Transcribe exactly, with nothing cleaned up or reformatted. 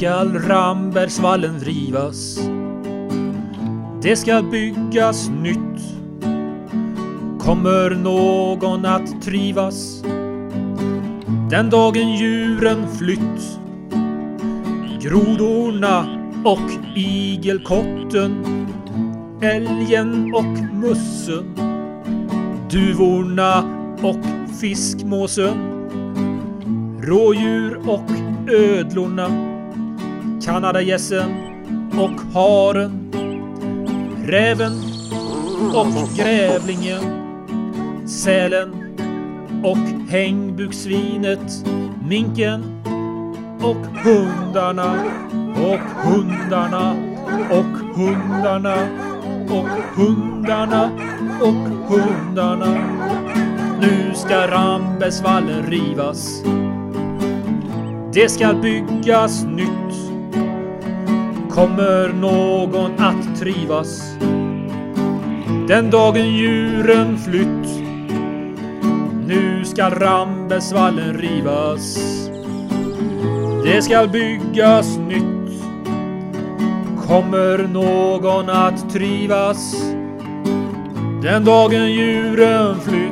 skall Rambergsvallen rivas. Det ska byggas nytt. Kommer någon att trivas den dagen djuren flytt? Grodorna och igelkotten, älgen och mussen, duvorna och fiskmåsen, rådjur och ödlorna, kanadagässen och haren, räven och grävlingen, sälen och hängbuksvinet, minken och hundarna och hundarna och hundarna och hundarna och hundarna. Nu ska Rambergsvallen rivas. Det ska byggas nytt. Kommer någon att trivas den dagen djuren flytt? Nu ska Rambergsvallen rivas. Det ska byggas nytt. Kommer någon att trivas den dagen djuren flytt?